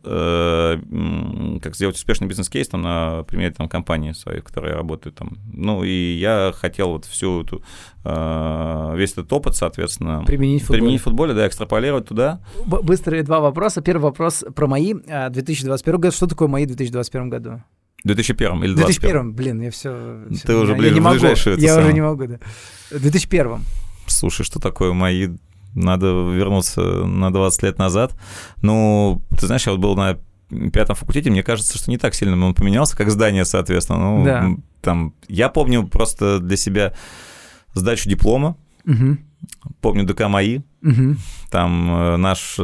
как сделать успешный бизнес-кейс там, на примере там, компании своей, в которой я работаю. Там. Ну, и я хотел вот всю эту, весь этот опыт, соответственно, применить в футболе, да, экстраполировать туда. Быстрые два вопроса. Первый вопрос про МАИ 2021 год. Что такое МАИ в 2021 году? В 2001 или 2021? 2001, блин, я все... Ты уже, блин, в ближайшую... Я уже не могу, да. В 2001. Слушай, что такое МАИ? Надо вернуться на 20 лет назад. Ну, ты знаешь, я вот был на 5-м факультете, мне кажется, что не так сильно он поменялся, как здание, соответственно. Ну, да. Там, я помню просто для себя сдачу диплома, помню ДК МАИ, там наш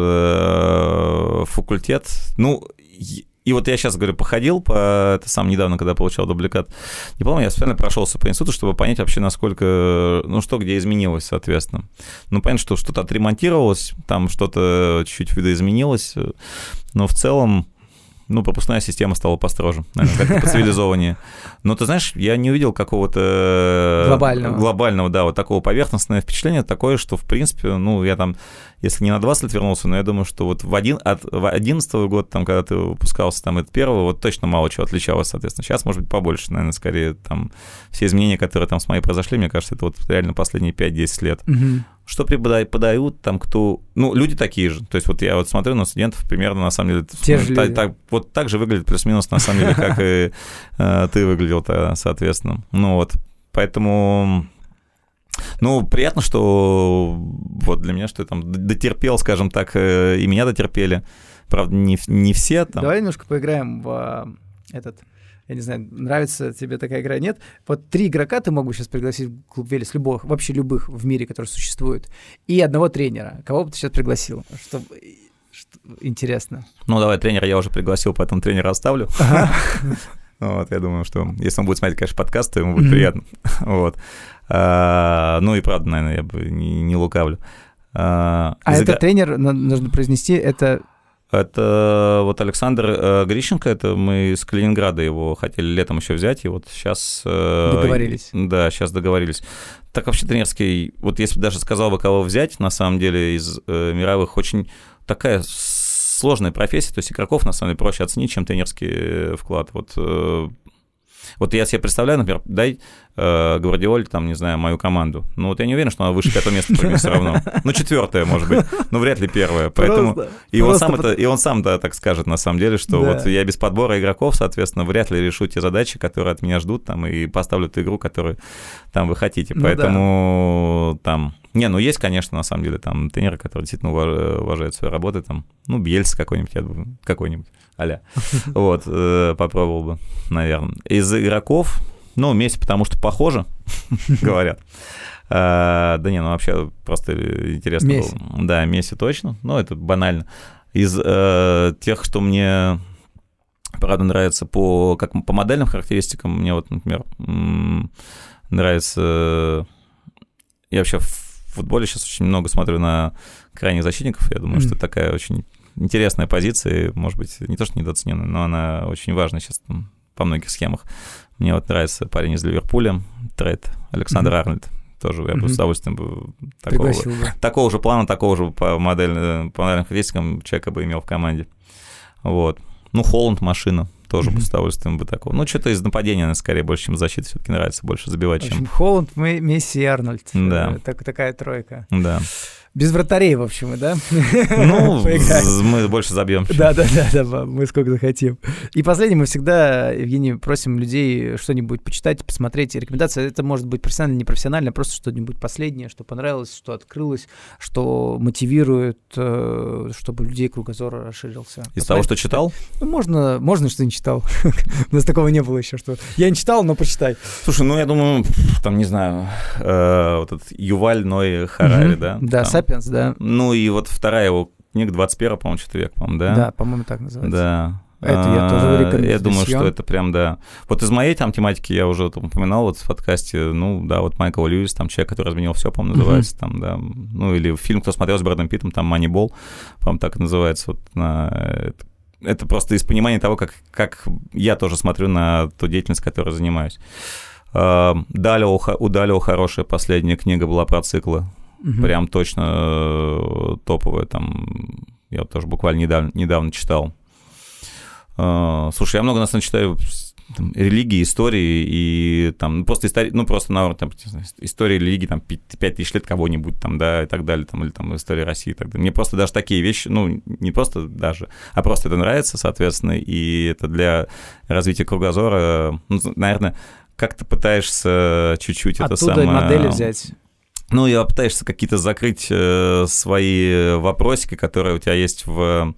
факультет, ну... И вот я сейчас, говорю, походил это сам недавно, когда получал дубликат диплома, я специально прошелся по институту, чтобы понять вообще, насколько, ну, что где изменилось, соответственно. Ну, понятно, что что-то отремонтировалось, там что-то чуть-чуть видоизменилось, но в целом, ну, пропускная система стала построже, наверное, как-то поцивилизованнее. Но, ты знаешь, я не увидел какого-то... Глобального, да, вот такого поверхностного впечатления, такое, что, в принципе, ну, я там, если не на 20 лет вернулся, но я думаю, что вот в 11-го года, там, когда ты выпускался, там, от первого, вот точно мало чего отличалось, соответственно. Сейчас, может быть, побольше, наверное, скорее, там, все изменения, которые там с моей произошли, мне кажется, это вот реально последние 5-10 лет. Что преподают, там, кто... Ну, люди такие же. То есть вот я вот смотрю на студентов примерно, на самом деле... Вот так же выглядит плюс-минус, на самом деле, как и ты выглядел, соответственно. Ну вот, поэтому... Ну, приятно, что вот для меня, что я там дотерпел, скажем так, и меня дотерпели. Правда, не все там... Давай немножко поиграем в этот... Я не знаю, нравится тебе такая игра, нет? Вот 3 игрока ты мог бы сейчас пригласить в клуб Велес, вообще любых в мире, которые существуют, и 1 тренера. Кого бы ты сейчас пригласил? Что интересно. Ну, давай, тренера я уже пригласил, поэтому тренера оставлю. Вот, я думаю, что если он будет смотреть, конечно, подкаст, то ему будет приятно. Вот. Ну и правда, наверное, я бы не лукавлю. Этот тренер, нужно произнести, Это вот Александр Грищенко, это мы из Калининграда его хотели летом еще взять, и вот сейчас... Договорились. Да, сейчас договорились. Так вообще тренерский, вот если бы даже сказал бы, кого взять, на самом деле из мировых, очень такая сложная профессия, то есть игроков, на самом деле, проще оценить, чем тренерский вклад. Вот я себе представляю, например, дай Гвардиоле, там, не знаю, мою команду. Ну, вот я не уверен, что она выше 5-го места все равно. Ну, 4-е, может быть, но вряд ли 1-е. Поэтому... И он сам так скажет, на самом деле, что вот я без подбора игроков, соответственно, вряд ли решу те задачи, которые от меня ждут, там, и поставлю ту игру, которую там вы хотите. Поэтому там... Не, ну есть, конечно, на самом деле, там тренеры, которые действительно уважают свои работы, там, ну, Бьельса какой-нибудь, я думаю, какой-нибудь, а-ля. Вот, попробовал бы, наверное. Из игроков, ну, Месси, потому что похоже, говорят. Да не, ну, вообще просто интересно Месси. было. Да, Месси точно, но это банально. Из тех, что мне, правда, нравится по модельным характеристикам, мне вот, например, нравится... Я вообще в футболе сейчас очень много смотрю на крайних защитников. Я думаю, что это такая очень интересная позиция, может быть, не то что недооцененная, но она очень важна сейчас там, по многих схемах. Мне вот нравится парень из Ливерпуля, Трейд, Александр Арнольд. Тоже я бы с удовольствием такого же плана, такого же по модельным характеристикам человека бы имел в команде. Вот. Ну, Холланд, машина. Тоже бы с удовольствием бы такого. Ну, что-то из нападения, скорее, больше, чем защиты, все-таки нравится больше забивать, чем... В общем, Холланд, Месси и Арнольд. Да. Такая тройка. Да. Без вратарей, в общем, да? Ну, мы больше забьем. Да, мы сколько захотим. И последнее, мы всегда, Евгений, просим людей что-нибудь почитать, посмотреть. Рекомендация, это может быть профессионально, непрофессионально, просто что-нибудь последнее, что понравилось, что открылось, что мотивирует, чтобы у людей кругозор расширился. Из того, что читал? Ну, можно, что не читал. У нас такого не было еще, что я не читал, но почитай. Слушай, ну, я думаю, там, не знаю, вот этот Юваль Ной Харари, да? Да, «Сапиенс», да. Ну, и вот вторая его книга, 21, по-моему, что-то век, по-моему, да? Да, по-моему, так называется. Да. Это я тоже рекомендую. Я думаю, что это прям, да. Вот из моей там тематики я уже упоминал вот в подкасте, ну, да, вот Майкл Льюис, там «Человек, который изменил все», по-моему, называется, там, да. Ну, или фильм, кто смотрел с Брэдом Питтом, там «Манибол», по-моему, так и называется. Вот это просто из понимания того, как я тоже смотрю на ту деятельность, которой занимаюсь. У Далио хорошая последняя книга была про циклы. Прям точно топовая. Там я вот тоже буквально недавно читал. Слушай, я много на самом деле читаю там, религии, истории и там просто истории, ну просто на там, история религии там 5000 лет кого-нибудь там, да, и так далее, там, или там история России и так далее. Мне просто даже такие вещи, ну, не просто даже, а просто это нравится, соответственно, и это для развития кругозора, ну, наверное, как ты пытаешься чуть-чуть оттуда это самое... Оттуда модели взять. Ну, и пытаешься какие-то закрыть свои вопросики, которые у тебя есть в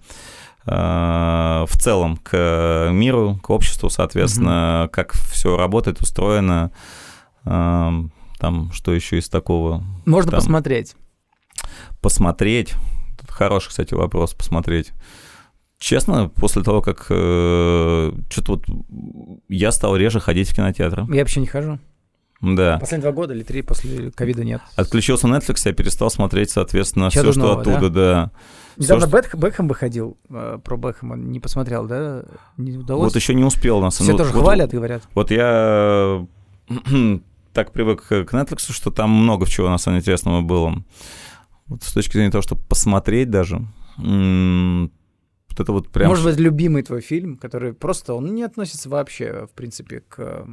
целом к миру, к обществу, соответственно, как все работает, устроено, там, что еще из такого. Можно там, посмотреть. Посмотреть. Тут хороший, кстати, вопрос, посмотреть. Честно, после того, как что-то вот я стал реже ходить в кинотеатры. Я вообще не хожу. Да. Последние 2 года или 3 после ковида нет. Отключился Netflix, я перестал смотреть, соответственно, все, что нового, оттуда, да. Недавно Бекхэм бы ходил, про Бекхэма не посмотрел, да? Не удалось? Вот еще не успел, на самом деле. Все тоже хвалят, говорят. Вот я так привык к Netflix, что там много чего, на самом деле, интересного было. Вот с точки зрения того, чтобы посмотреть даже, вот это вот прям... Может быть, любимый твой фильм, который просто, он не относится вообще, в принципе, к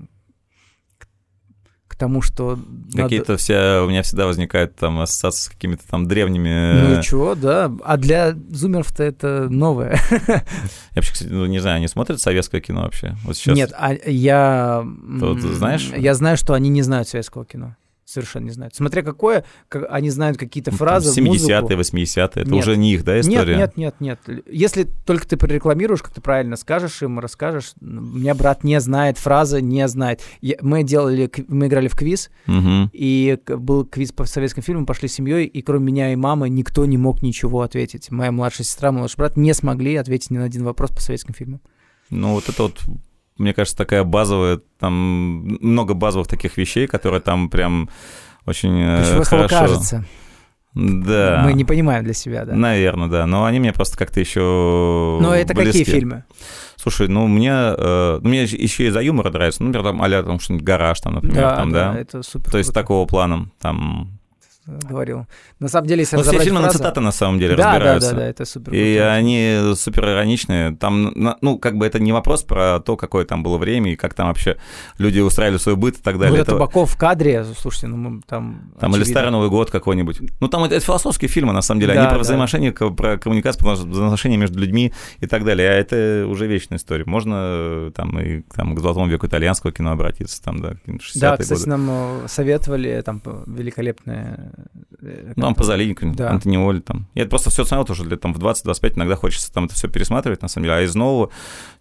тому, что... Какие-то у меня всегда возникают там ассоциации с какими-то там древними... Ну чего, да. А для зумеров-то это новое. Я вообще, кстати, не знаю, они смотрят советское кино вообще? Вот сейчас... Нет, я... Ты знаешь? Я знаю, что они не знают советского кино. Совершенно не знают. Смотря какое, они знают какие-то фразы, 70-е, 80-е, это нет. Уже не их, да, история? Нет. Если только ты прорекламируешь, как ты правильно скажешь им, расскажешь. У меня брат не знает фразы, не знает. Мы играли в квиз, и был квиз по советским фильмам, пошли с семьей, и кроме меня и мамы никто не мог ничего ответить. Моя младшая сестра, младший брат не смогли ответить ни на один вопрос по советским фильмам. Ну, вот это вот... Мне кажется, такая базовая, там много базовых таких вещей, которые там прям очень хорошо... кажется. Да. Мы не понимаем для себя, да. Наверное, да. Но они мне просто как-то еще Но это близки. Какие фильмы? Слушай, мне еще из-за юмора нравится. Ну, например, там а-ля там что-нибудь «Гараж», там, например. Да, там, да. Это супер. То есть такого плана, там... Говорил. На самом деле, если разобрать все фильмы фразы... на цитаты, на самом деле, разбираются. Да, это супер. И они супер ироничные. Там, ну, как бы это не вопрос про то, какое там было время и как там вообще люди устраивали свой быт и так далее. Вот это Табаков в кадре, слушайте, мы там... Там или «Старый Новый год» какой-нибудь. Ну, там это философские фильмы, на самом деле. Они про взаимоотношения, про коммуникацию, про взаимоотношения между людьми и так далее. А это уже вечная история. Можно там и к золотому веку итальянского кино обратиться. Там, да, 60-е кстати, годы. нам советовали там великолепные Там Пазолинько, да. Антониоли там. Я это просто все смотрел тоже лет там в 20-25, иногда хочется там это все пересматривать, на самом деле, а из нового,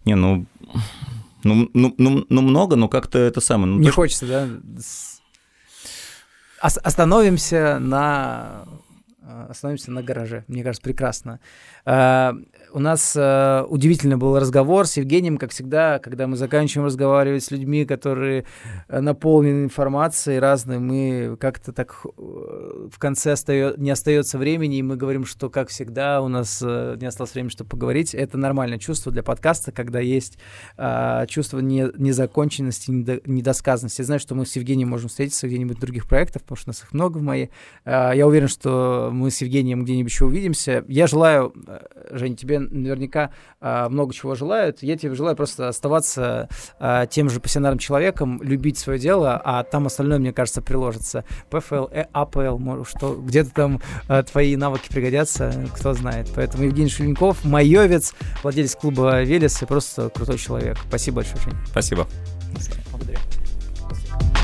много, но как-то это самое... Не хочется, да? Остановимся на гараже. Мне кажется, прекрасно. У нас удивительный был разговор с Евгением, как всегда, когда мы заканчиваем разговаривать с людьми, которые наполнены информацией разной, мы как-то так в конце не остается времени, и мы говорим, что, как всегда, у нас не осталось времени, чтобы поговорить. Это нормальное чувство для подкаста, когда есть чувство незаконченности, недосказанности. Я знаю, что мы с Евгением можем встретиться где-нибудь в других проектах, потому что у нас их много в моей. Я уверен, что мы с Евгением где-нибудь еще увидимся. Я желаю, Жень, тебе наверняка много чего желают. Я тебе желаю просто оставаться тем же пассионарным человеком, любить свое дело, а там остальное, мне кажется, приложится. ПФЛ, АПЛ, что где-то там твои навыки пригодятся, кто знает. Поэтому Евгений Шельников, майовец, владелец клуба «Велес» и просто крутой человек. Спасибо большое, Жень. Спасибо. Благодарю.